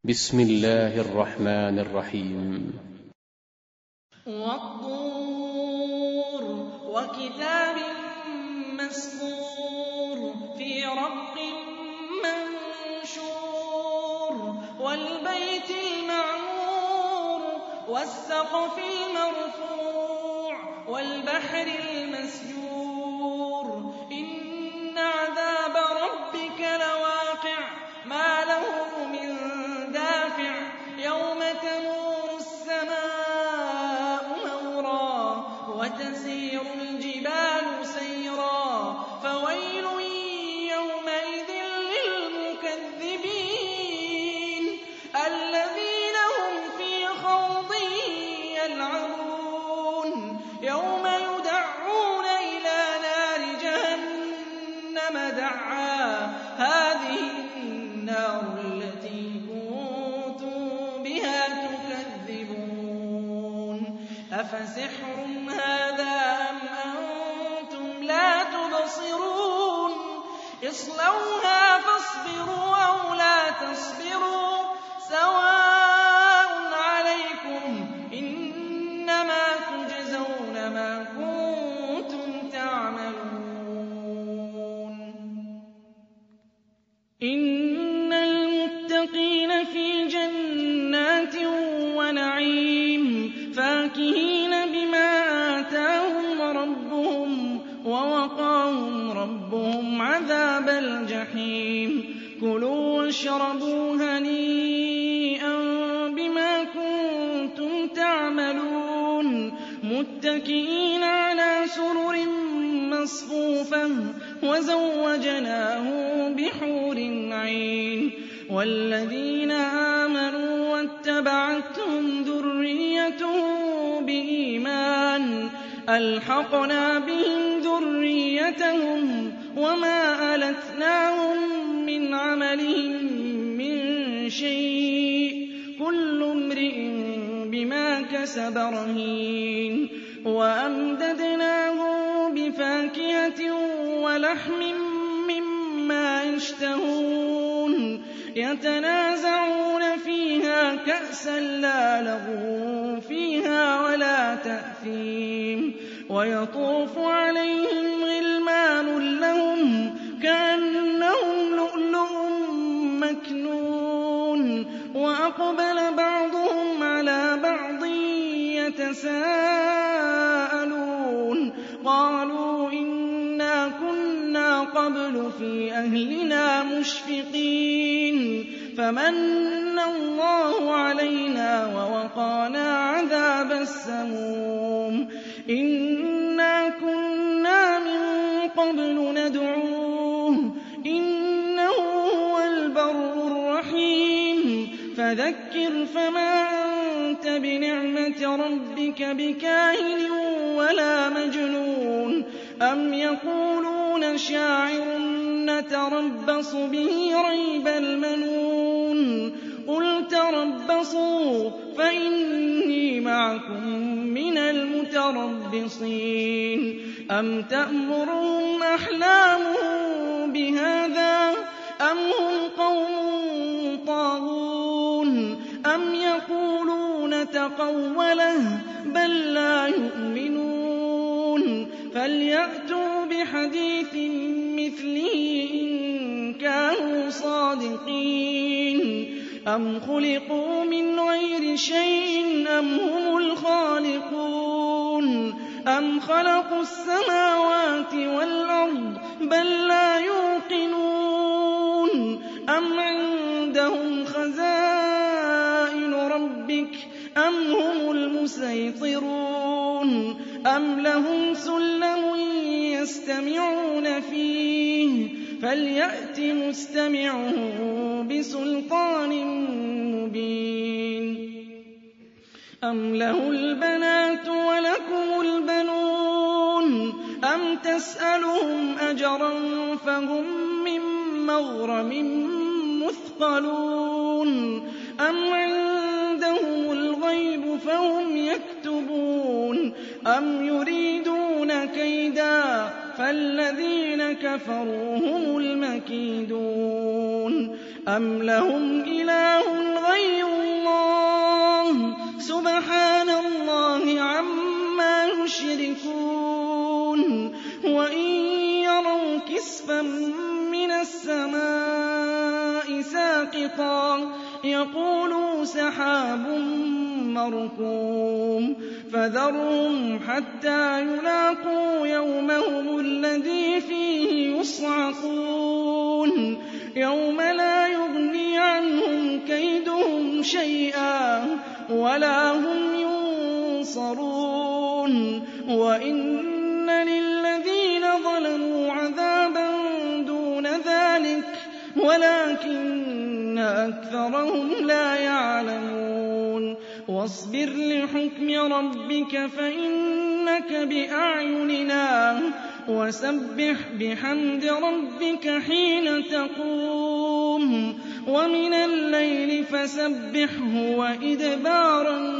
بسم الله الرحمن الرحيم. والطور وكتاب مسطور في رق منشور والبيت المعمور والسقف المرفوع والبحر المسجور إن عذاب ربك لواقع ما له من دافع يوم تمور السماء مورا وتسير الجبال سيرا فويل يومئذ للمكذبين الذين هم في خوض يلعبون يوم يدعون إلى نار جهنم دعا هذه النار التي كنتم بها تكذبون أفسحر هذا أم أنتم لا تبصرون اصلوها فاصبروا أو لا تصبروا سواء عليكم إنما تجزون ما كنتم تعملون إن المتقين في جنات ونعيم فاكهين بما آتاهم ربهم ووقاهم ربهم عذاب الجحيم كلوا واشربوا هنيئا بما كنتم تعملون متكئين على سرر مصفوفة وزوجناهم بحور عين والذين آمنوا واتبعتهم ذريتهم بإيمان ألحقنا بهم ذريتهم وما ألتناهم من عملهم من شيء كل امرئ بما كسب رهين وأمددناهم بفاكهة ولحم مما يشتهون يتنازعون فيها كأسا لا لغو فيها ولا تأثيم ويطوف عليهم غلمان لهم كأنهم لؤلؤ مكنون وأقبل بعضهم على بعض يتساءلون قالوا إنا كنا قبل في أهلنا مشفقين فمن الله علينا ووقانا عذاب السموم إنا كنا من قبل ندعوه إنه هو البر الرحيم فذكر فما أنت بنعمة ربك بكاهن ولا مجنون أم يقولون شاعر نتربص به ريب المنون قل تربصوا فإني معكم من المتربصين أم تأمرهم أحلامهم بهذا أم هم قوم طاغون أم يقولون تقوله بل لا يؤمنون فليأتوا بحديث مثله إن كانوا صادقين أم خلقوا من غير شيء أم هم الخالقون أم خلقوا السماوات والأرض بل لا يوقنون أم عندهم خزائن ربك أم هم المسيطرون أم لهم سلم يستمعون فيه فليأت مستمعهم بسلطان مبين أم له البنات ولكم البنون أم تسألهم أجرا فهم من مغرم مثقلون أم عندهم الغيب فهم يكتبون أم يريدون كيدا فالذين كفروا هم المكيدون أم لهم إله غير يشركون وإن يروا كسفا من السماء ساقطا يقولوا سحاب مركوم فذرهم حتى يلاقوا يومهم الذي فيه يصعقون يوم لا يغني عنهم كيدهم شيئا ولا هم ينصرون وإن للذين ظلموا عذابا دون ذلك ولكن أكثرهم لا يعلمون واصبر لحكم ربك فإنك بأعيننا وسبح بحمد ربك حين تقوم ومن الليل فسبحه وإدبار